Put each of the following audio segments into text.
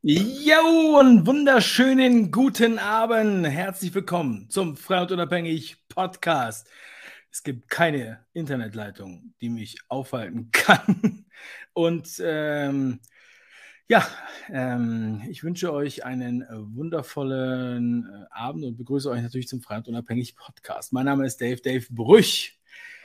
Jo, einen wunderschönen guten Abend. Herzlich willkommen zum Frei und Unabhängig Podcast. Es gibt keine Internetleitung, die mich aufhalten kann. Und ja, ich wünsche euch einen wundervollen Abend und begrüße euch natürlich zum Frei und Unabhängig Podcast. Mein Name ist Dave Brüch.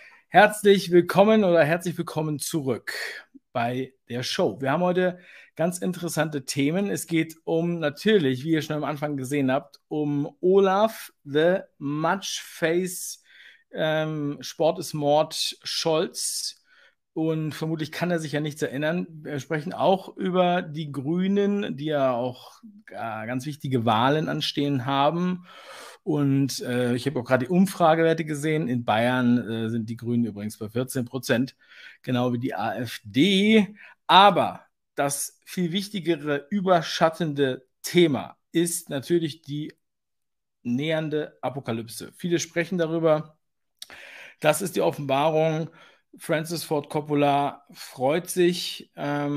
Herzlich willkommen zurück bei der Show. Wir haben heute ganz interessante Themen. Es geht natürlich, wie ihr schon am Anfang gesehen habt, um Olaf the Much-Face Sport ist Mord Scholz. Und vermutlich kann er sich ja nichts erinnern. Wir sprechen auch über die Grünen, die ja auch ganz wichtige Wahlen anstehen haben. Und ich habe auch gerade die Umfragewerte gesehen. In Bayern sind die Grünen übrigens bei 14%, genau wie die AfD. Aber das viel wichtigere, überschattende Thema ist natürlich die nähernde Apokalypse. Viele sprechen darüber. Das ist die Offenbarung. Francis Ford Coppola freut sich,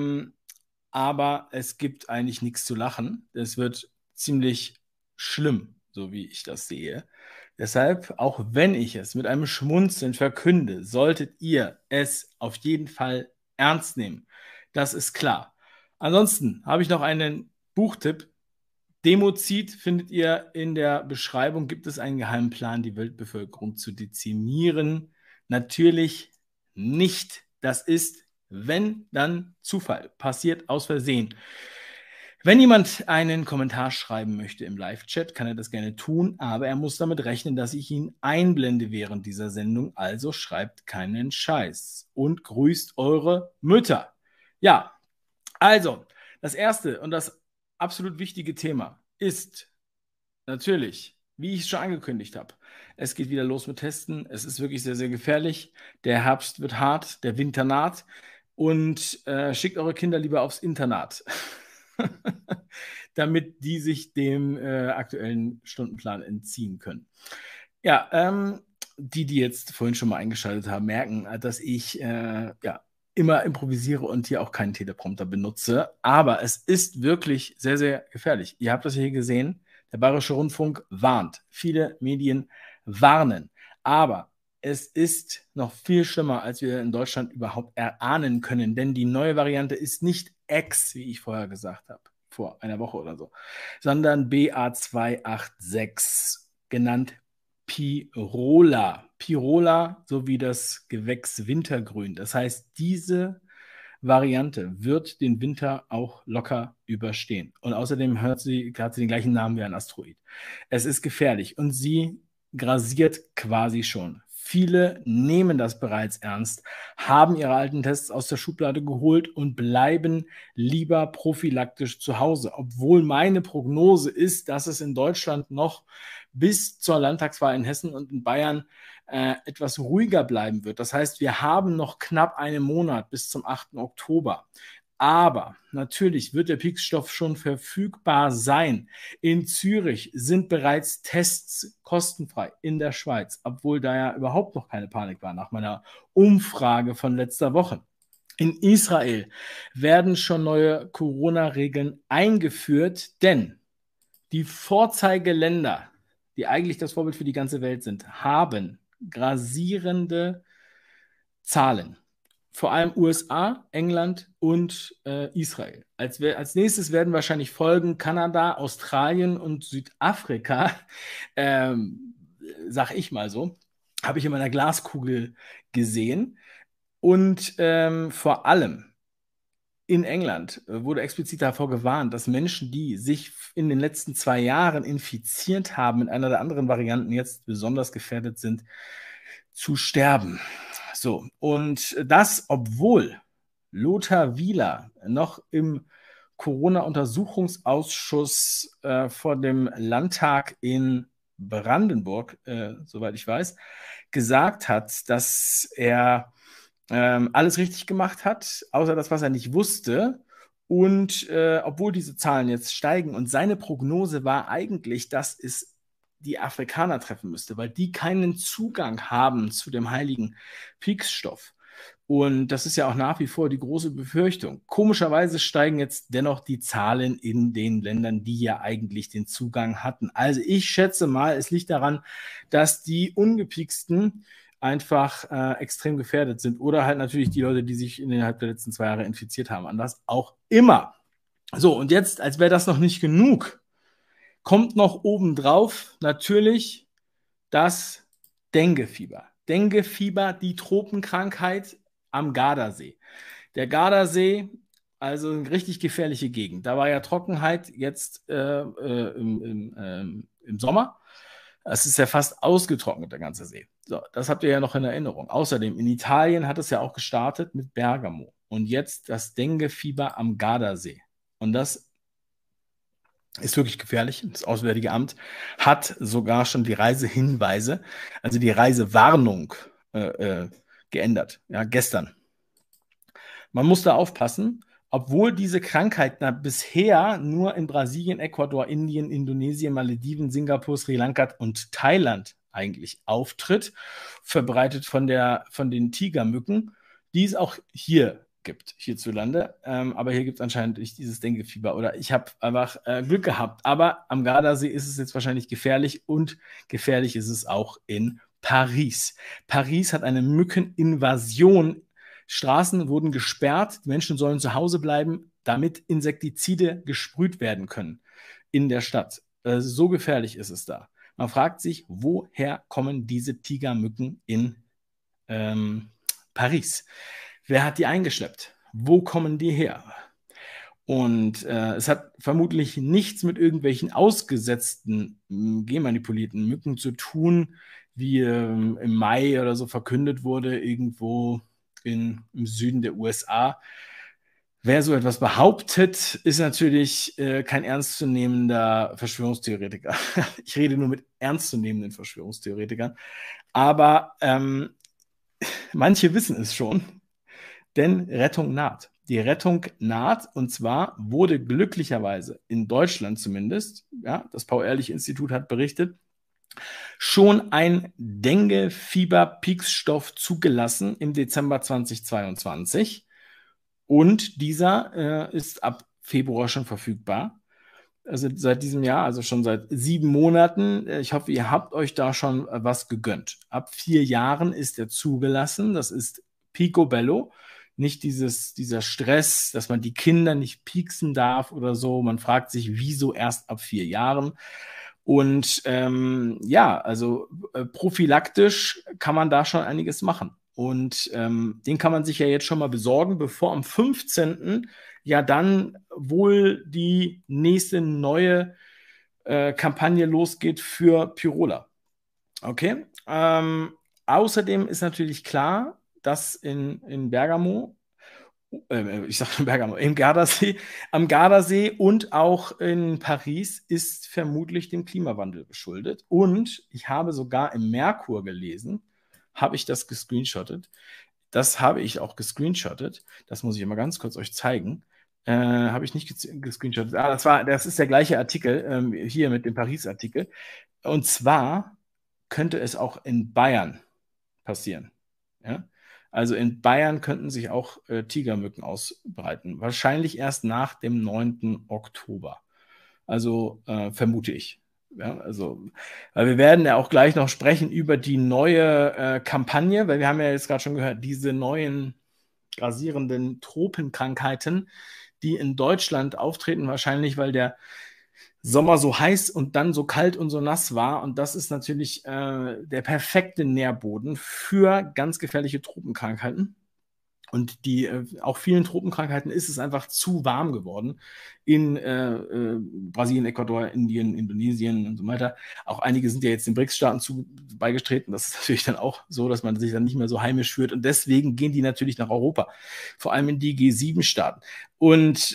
aber es gibt eigentlich nichts zu lachen. Es wird ziemlich schlimm, so wie ich das sehe. Deshalb, auch wenn ich es mit einem Schmunzeln verkünde, solltet ihr es auf jeden Fall ernst nehmen. Das ist klar. Ansonsten habe ich noch einen Buchtipp. Demozid findet ihr in der Beschreibung. Gibt es einen geheimen Plan, die Weltbevölkerung zu dezimieren? Natürlich nicht. Das ist, wenn, dann Zufall. Passiert aus Versehen. Wenn jemand einen Kommentar schreiben möchte im Live-Chat, kann er das gerne tun, aber er muss damit rechnen, dass ich ihn einblende während dieser Sendung. Also schreibt keinen Scheiß und grüßt eure Mütter. Ja, also, das erste und das absolut wichtige Thema ist natürlich, wie ich es schon angekündigt habe, es geht wieder los mit Testen. Es ist wirklich sehr, sehr gefährlich. Der Herbst wird hart, der Winter naht und schickt eure Kinder lieber aufs Internat, damit die sich dem aktuellen Stundenplan entziehen können. Ja, die jetzt vorhin schon mal eingeschaltet haben, merken, dass ich ja, immer improvisiere und hier auch keinen Teleprompter benutze. Aber es ist wirklich sehr, sehr gefährlich. Ihr habt das hier gesehen. Der Bayerische Rundfunk warnt. Viele Medien warnen. Aber es ist noch viel schlimmer, als wir in Deutschland überhaupt erahnen können. Denn die neue Variante ist nicht X, wie ich vorher gesagt habe, vor einer Woche oder so, sondern BA286, genannt Pirola. Pirola sowie das Gewächs Wintergrün. Das heißt, diese Variante wird den Winter auch locker überstehen. Und außerdem hat sie den gleichen Namen wie ein Asteroid. Es ist gefährlich und sie grasiert quasi schon. Viele nehmen das bereits ernst, haben ihre alten Tests aus der Schublade geholt und bleiben lieber prophylaktisch zu Hause. Obwohl meine Prognose ist, dass es in Deutschland noch bis zur Landtagswahl in Hessen und in Bayern etwas ruhiger bleiben wird. Das heißt, wir haben noch knapp einen Monat bis zum 8. Oktober. Aber natürlich wird der Piekstoff schon verfügbar sein. In Zürich sind bereits Tests kostenfrei in der Schweiz, obwohl da ja überhaupt noch keine Panik war nach meiner Umfrage von letzter Woche. In Israel werden schon neue Corona-Regeln eingeführt, denn die Vorzeigeländer, die eigentlich das Vorbild für die ganze Welt sind, haben grasierende Zahlen. Vor allem USA, England und Israel. Als nächstes werden wahrscheinlich folgen Kanada, Australien und Südafrika, sag ich mal so, habe ich in meiner Glaskugel gesehen. Und vor allem in England wurde explizit davor gewarnt, dass Menschen, die sich in den letzten 2 Jahren infiziert haben mit einer der anderen Varianten, jetzt besonders gefährdet sind, zu sterben. So, und das, obwohl Lothar Wieler noch im Corona-Untersuchungsausschuss vor dem Landtag in Brandenburg, soweit ich weiß, gesagt hat, dass er alles richtig gemacht hat, außer das, was er nicht wusste. Und obwohl diese Zahlen jetzt steigen und seine Prognose war eigentlich, dass es die Afrikaner treffen müsste, weil die keinen Zugang haben zu dem heiligen Piekstoff. Und das ist ja auch nach wie vor die große Befürchtung. Komischerweise steigen jetzt dennoch die Zahlen in den Ländern, die ja eigentlich den Zugang hatten. Also ich schätze mal, es liegt daran, dass die Ungepieksten einfach extrem gefährdet sind. Oder halt natürlich die Leute, die sich innerhalb der letzten 2 Jahre infiziert haben. Anders auch immer. So, und jetzt, als wäre das noch nicht genug, kommt noch obendrauf natürlich das Denguefieber. Denguefieber, die Tropenkrankheit am Gardasee. Der Gardasee, also eine richtig gefährliche Gegend. Da war ja Trockenheit jetzt im Sommer. Es ist ja fast ausgetrocknet, der ganze See. So, das habt ihr ja noch in Erinnerung. Außerdem, in Italien hat es ja auch gestartet mit Bergamo. Und jetzt das Denguefieber am Gardasee. Und das ist wirklich gefährlich. Das Auswärtige Amt hat sogar schon die Reisehinweise, also die Reisewarnung geändert. Ja, gestern. Man muss da aufpassen, obwohl diese Krankheit bisher nur in Brasilien, Ecuador, Indien, Indonesien, Malediven, Singapur, Sri Lanka und Thailand eigentlich auftritt, verbreitet von den Tigermücken, die es auch hier gibt, hierzulande. Aber hier gibt es anscheinend nicht dieses Denguefieber. Oder ich habe einfach Glück gehabt. Aber am Gardasee ist es jetzt wahrscheinlich gefährlich und gefährlich ist es auch in Paris. Paris hat eine Mückeninvasion. Straßen wurden gesperrt, die Menschen sollen zu Hause bleiben, damit Insektizide gesprüht werden können in der Stadt. So gefährlich ist es da. Man fragt sich, woher kommen diese Tigermücken in Paris? Wer hat die eingeschleppt? Wo kommen die her? Und es hat vermutlich nichts mit irgendwelchen ausgesetzten, genmanipulierten Mücken zu tun, wie im Mai oder so verkündet wurde, irgendwo im Süden der USA. Wer so etwas behauptet, ist natürlich kein ernstzunehmender Verschwörungstheoretiker. Ich rede nur mit ernstzunehmenden Verschwörungstheoretikern. Aber manche wissen es schon, denn Rettung naht. Die Rettung naht, und zwar wurde glücklicherweise in Deutschland zumindest, ja, das Paul-Ehrlich-Institut hat berichtet, schon ein Dengue-Fieber-Peaksstoff zugelassen im Dezember 2022 und dieser ist ab Februar schon verfügbar. Also seit diesem Jahr, also schon seit 7 Monaten. Ich hoffe, ihr habt euch da schon was gegönnt. Ab 4 Jahren ist er zugelassen. Das ist Picobello. Nicht dieser Stress, dass man die Kinder nicht pieksen darf oder so. Man fragt sich, wieso erst ab 4 Jahren? Und ja, also prophylaktisch kann man da schon einiges machen. Und den kann man sich ja jetzt schon mal besorgen, bevor am 15. ja dann wohl die nächste neue Kampagne losgeht für Pyrola. Okay. Außerdem ist natürlich klar, dass in Bergamo, ich sage Bergamo, am Gardasee und auch in Paris ist vermutlich dem Klimawandel geschuldet. Und ich habe sogar im Merkur gelesen, habe ich das gescreenshottet. Das habe ich auch gescreenshottet. Das muss ich mal ganz kurz euch zeigen. Habe ich nicht gescreenshottet. Das ist der gleiche Artikel, hier mit dem Paris-Artikel. Und zwar könnte es auch in Bayern passieren. Ja? Also in Bayern könnten sich auch Tigermücken ausbreiten. Wahrscheinlich erst nach dem 9. Oktober. Also vermute ich. Ja, also, weil wir werden ja auch gleich noch sprechen über die neue Kampagne, weil wir haben ja jetzt gerade schon gehört, diese neuen grasierenden Tropenkrankheiten, die in Deutschland auftreten, wahrscheinlich, weil der Sommer so heiß und dann so kalt und so nass war. Und das ist natürlich der perfekte Nährboden für ganz gefährliche Tropenkrankheiten. Und auch vielen Tropenkrankheiten ist es einfach zu warm geworden in Brasilien, Ecuador, Indien, Indonesien und so weiter. Auch einige sind ja jetzt den BRICS-Staaten beigetreten. Das ist natürlich dann auch so, dass man sich dann nicht mehr so heimisch fühlt. Und deswegen gehen die natürlich nach Europa, vor allem in die G7-Staaten. Und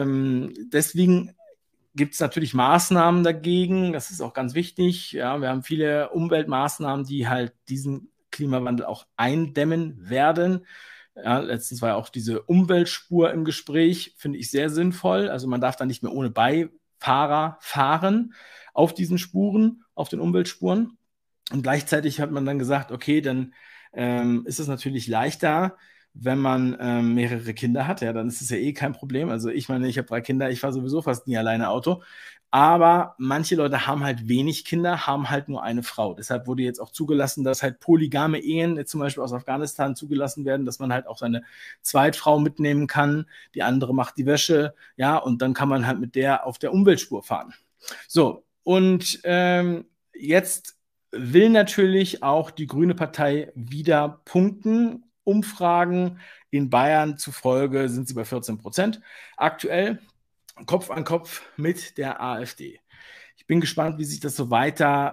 deswegen gibt es natürlich Maßnahmen dagegen. Das ist auch ganz wichtig. Ja, wir haben viele Umweltmaßnahmen, die halt diesen Klimawandel auch eindämmen werden. Ja, letztens war ja auch diese Umweltspur im Gespräch, finde ich sehr sinnvoll. Also man darf da nicht mehr ohne Beifahrer fahren auf diesen Spuren, auf den Umweltspuren. Und gleichzeitig hat man dann gesagt, okay, dann ist es natürlich leichter, wenn man mehrere Kinder hat, ja, dann ist es ja eh kein Problem. Also ich meine, ich habe 3 Kinder, ich fahre sowieso fast nie alleine Auto. Aber manche Leute haben halt wenig Kinder, haben halt nur eine Frau. Deshalb wurde jetzt auch zugelassen, dass halt polygame Ehen, jetzt zum Beispiel aus Afghanistan, zugelassen werden, dass man halt auch seine Zweitfrau mitnehmen kann. Die andere macht die Wäsche, ja, und dann kann man halt mit der auf der Umweltspur fahren. So, und jetzt will natürlich auch die Grüne Partei wieder punkten. Umfragen in Bayern zufolge sind sie bei 14% aktuell. Kopf an Kopf mit der AfD. Ich bin gespannt, wie sich das so weiter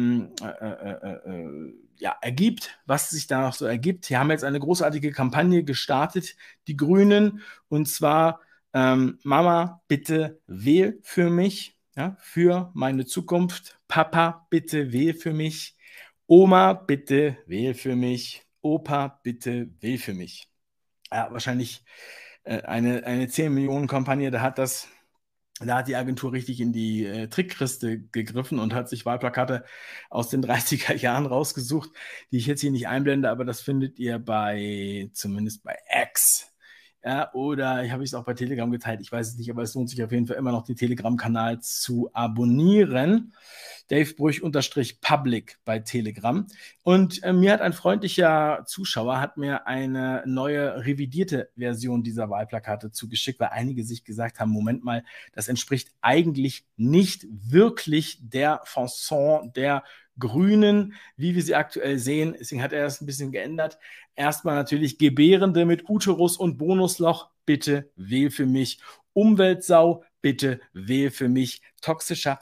ja, ergibt, was sich da noch so ergibt. Wir haben jetzt eine großartige Kampagne gestartet, die Grünen, und zwar Mama, bitte wähl für mich, ja, für meine Zukunft. Papa, bitte wähl für mich. Oma, bitte wähl für mich. Opa, bitte wähl für mich. Ja, wahrscheinlich eine 10 Millionen Kampagne, da hat die Agentur richtig in die Trickkiste gegriffen und hat sich Wahlplakate aus den 30er Jahren rausgesucht, die ich jetzt hier nicht einblende, aber das findet ihr zumindest bei X. Ja, oder habe ich es auch bei Telegram geteilt, ich weiß es nicht, aber es lohnt sich auf jeden Fall immer noch, den Telegram-Kanal zu abonnieren. Dave Brüch-Public bei Telegram. Und mir hat ein freundlicher Zuschauer hat mir eine neue revidierte Version dieser Wahlplakate zugeschickt, weil einige sich gesagt haben, Moment mal, das entspricht eigentlich nicht wirklich der Fasson der Grünen, wie wir sie aktuell sehen. Deswegen hat er das ein bisschen geändert. Erstmal natürlich Gebärende mit Uterus und Bonusloch, bitte wähl für mich. Umweltsau, bitte wähl für mich. Toxischer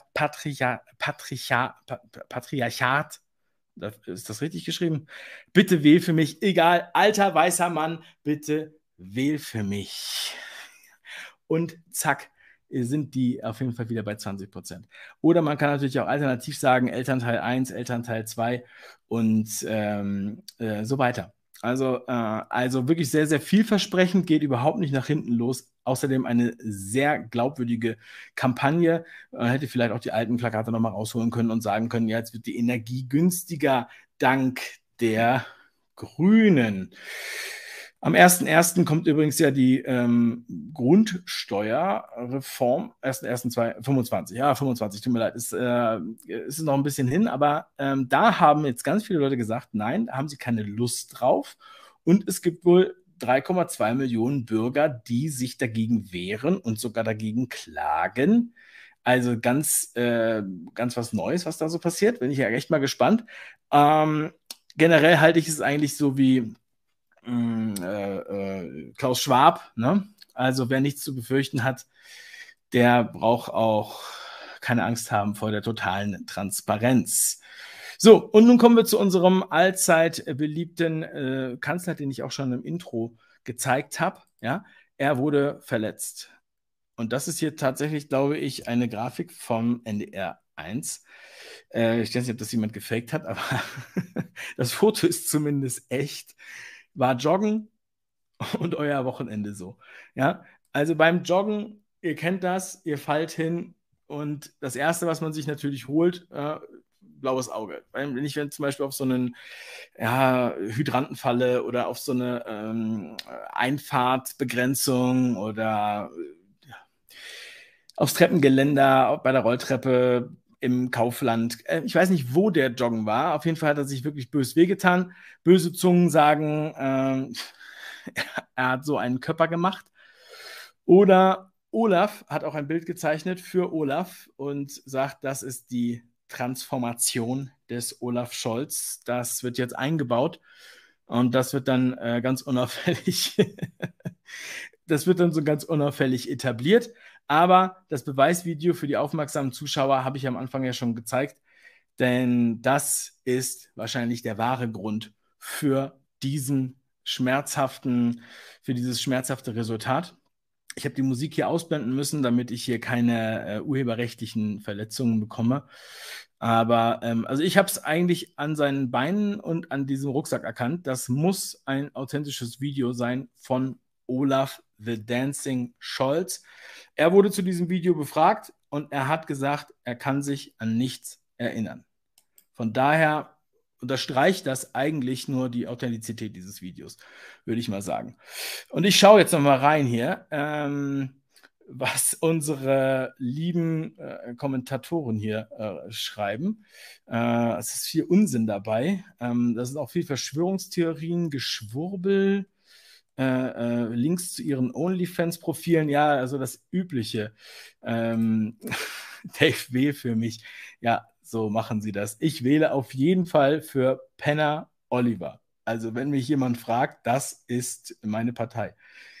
Patriarchat, ist das richtig geschrieben? Bitte wähl für mich. Egal, alter weißer Mann, bitte wähl für mich. Und zack, sind die auf jeden Fall wieder bei 20%. Oder man kann natürlich auch alternativ sagen, Elternteil 1, Elternteil 2 und so weiter. Also wirklich sehr, sehr vielversprechend, geht überhaupt nicht nach hinten los. Außerdem eine sehr glaubwürdige Kampagne. Man hätte vielleicht auch die alten Plakate nochmal rausholen können und sagen können, ja, jetzt wird die Energie günstiger dank der Grünen. Am 1.1. kommt übrigens ja die Grundsteuerreform. 1.1.25. Ja, 25, tut mir leid. Ist noch ein bisschen hin, aber da haben jetzt ganz viele Leute gesagt, nein, da haben sie keine Lust drauf. Und es gibt wohl 3,2 Millionen Bürger, die sich dagegen wehren und sogar dagegen klagen. Also ganz was Neues, was da so passiert. Bin ich ja echt mal gespannt. Generell halte ich es eigentlich so wie Klaus Schwab, ne? Also wer nichts zu befürchten hat, der braucht auch keine Angst haben vor der totalen Transparenz. So, und nun kommen wir zu unserem allzeit beliebten Kanzler, den ich auch schon im Intro gezeigt habe. Ja? Er wurde verletzt. Und das ist hier tatsächlich, glaube ich, eine Grafik vom NDR 1. Ich weiß nicht, ob das jemand gefaked hat, aber das Foto ist zumindest echt. War joggen und euer Wochenende so. Ja, also beim Joggen, ihr kennt das, ihr fallt hin und das Erste, was man sich natürlich holt, blaues Auge. Wenn ich zum Beispiel auf so einen Hydranten falle oder auf so eine Einfahrtbegrenzung oder aufs Treppengeländer, bei der Rolltreppe, im Kaufland. Ich weiß nicht, wo der joggen war. Auf jeden Fall hat er sich wirklich bös wehgetan. Böse Zungen sagen, er hat so einen Körper gemacht. Oder Olaf hat auch ein Bild gezeichnet für Olaf und sagt, das ist die Transformation des Olaf Scholz. Das wird jetzt eingebaut und das wird dann ganz unauffällig das wird dann so ganz unauffällig etabliert. Aber das Beweisvideo für die aufmerksamen Zuschauer habe ich am Anfang ja schon gezeigt, denn das ist wahrscheinlich der wahre Grund für für dieses schmerzhafte Resultat. Ich habe die Musik hier ausblenden müssen, damit ich hier keine urheberrechtlichen Verletzungen bekomme. Aber also ich habe es eigentlich an seinen Beinen und an diesem Rucksack erkannt. Das muss ein authentisches Video sein von Olaf the Dancing Scholz. Er wurde zu diesem Video befragt und er hat gesagt, er kann sich an nichts erinnern. Von daher unterstreicht das eigentlich nur die Authentizität dieses Videos, würde ich mal sagen. Und ich schaue jetzt noch mal rein hier, was unsere lieben Kommentatoren hier schreiben. Es ist viel Unsinn dabei. Da sind auch viel Verschwörungstheorien, Geschwurbel, Links zu ihren OnlyFans-Profilen. Ja, also das Übliche. Dave wählt für mich. Ja, so machen sie das. Ich wähle auf jeden Fall für Penner Oliver. Also, wenn mich jemand fragt, das ist meine Partei.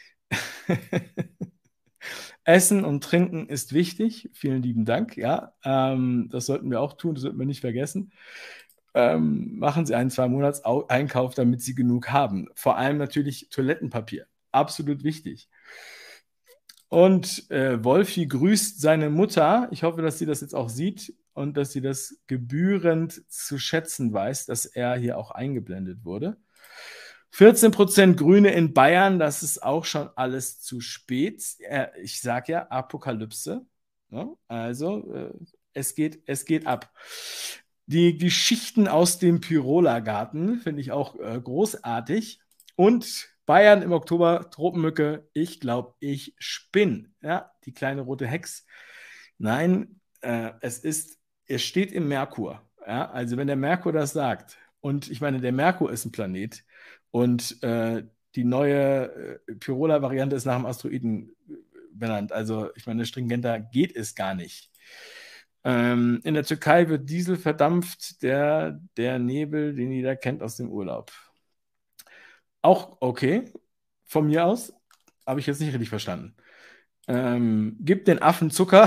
Essen und Trinken ist wichtig. Vielen lieben Dank. Ja, das sollten wir auch tun, das sollten wir nicht vergessen. Machen Sie einen 2-Monats-Einkauf, damit Sie genug haben. Vor allem natürlich Toilettenpapier. Absolut wichtig. Und Wolfi grüßt seine Mutter. Ich hoffe, dass sie das jetzt auch sieht und dass sie das gebührend zu schätzen weiß, dass er hier auch eingeblendet wurde. 14% Grüne in Bayern, das ist auch schon alles zu spät. Ich sage ja, Apokalypse. Ne? Also, es geht ab. Die Geschichten aus dem Pyroler Garten finde ich auch großartig. Und Bayern im Oktober, Tropenmücke, ich glaube, ich spinne. Ja, die kleine rote Hex. Nein, es steht im Merkur. Ja, also wenn der Merkur das sagt, und ich meine, der Merkur ist ein Planet und die neue Pyroler-Variante ist nach dem Asteroiden benannt. Also ich meine, stringenter geht es gar nicht. In der Türkei wird Diesel verdampft, der Nebel, den jeder kennt aus dem Urlaub. Auch okay, von mir aus, habe ich jetzt nicht richtig verstanden. Gib den Affen Zucker.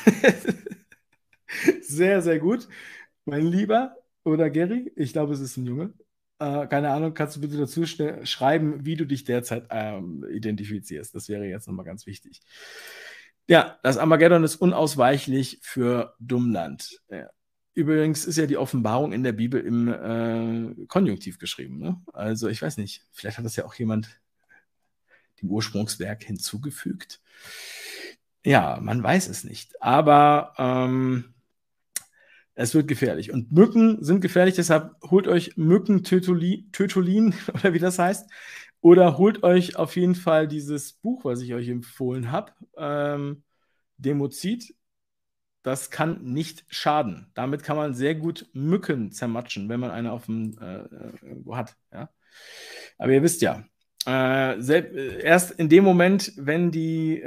Sehr, sehr gut. Mein Lieber oder Gary, ich glaube, es ist ein Junge. Keine Ahnung, kannst du bitte dazu schreiben, wie du dich derzeit identifizierst? Das wäre jetzt nochmal ganz wichtig. Ja, das Armageddon ist unausweichlich für Dummland. Ja. Übrigens ist ja die Offenbarung in der Bibel im Konjunktiv geschrieben. Ne? Also ich weiß nicht, vielleicht hat das ja auch jemand dem Ursprungswerk hinzugefügt. Ja, man weiß es nicht. Aber es wird gefährlich. Und Mücken sind gefährlich, deshalb holt euch Mückentötolin oder wie das heißt. Oder holt euch auf jeden Fall dieses Buch, was ich euch empfohlen habe. Demozid. Das kann nicht schaden. Damit kann man sehr gut Mücken zermatschen, wenn man eine auf dem irgendwo hat. Ja? Aber ihr wisst ja, erst in dem Moment, wenn die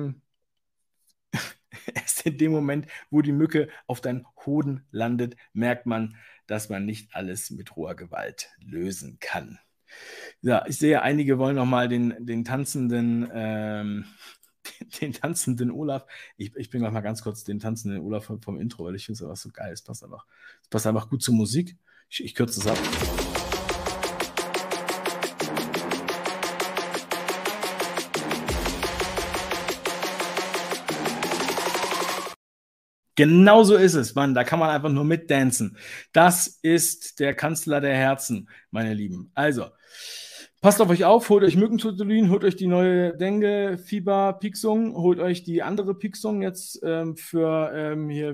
erst in dem Moment, wo die Mücke auf deinen Hoden landet, merkt man, dass man nicht alles mit roher Gewalt lösen kann. Ja, ich sehe, einige wollen nochmal den tanzenden den tanzenden Olaf. Ich bringe noch mal ganz kurz den tanzenden Olaf vom Intro, weil ich finde es einfach so geil. Es passt einfach gut zur Musik. Ich kürze es ab. Genau so ist es, Mann. Da kann man einfach nur mitdancen. Das ist der Kanzler der Herzen, meine Lieben. Also, passt auf euch auf, holt euch Mückentutulin, holt euch die neue Dengue-Fieber-Pixung, holt euch die andere Pixung jetzt für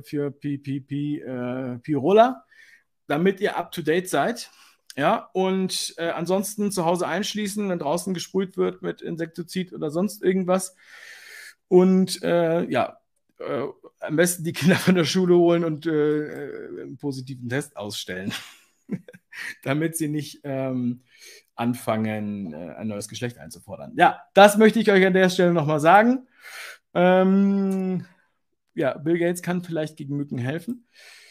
Pirola, damit ihr up-to-date seid. Ja, und ansonsten zu Hause einschließen, wenn draußen gesprüht wird mit Insektizid oder sonst irgendwas. Und am besten die Kinder von der Schule holen und einen positiven Test ausstellen, damit sie nicht anfangen, ein neues Geschlecht einzufordern. Ja, das möchte ich euch an der Stelle nochmal sagen. Bill Gates kann vielleicht gegen Mücken helfen.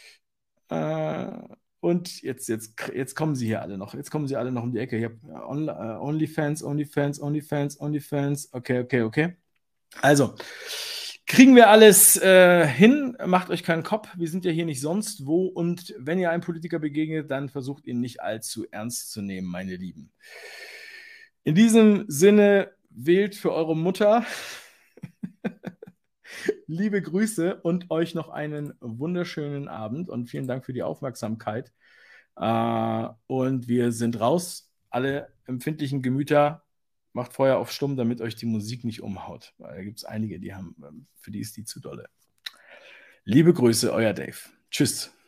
Und jetzt kommen sie hier alle noch. Jetzt kommen sie alle noch um die Ecke. Ich habe OnlyFans. Okay. Also, kriegen wir alles hin? Macht euch keinen Kopf. Wir sind ja hier nicht sonst wo. Und wenn ihr einem Politiker begegnet, dann versucht ihn nicht allzu ernst zu nehmen, meine Lieben. In diesem Sinne, wählt für eure Mutter. Liebe Grüße und euch noch einen wunderschönen Abend und vielen Dank für die Aufmerksamkeit. Und wir sind raus. Alle empfindlichen Gemüter, macht Feuer auf Stumm, damit euch die Musik nicht umhaut. Weil da gibt es einige, für die ist die zu dolle. Liebe Grüße, euer Dave. Tschüss.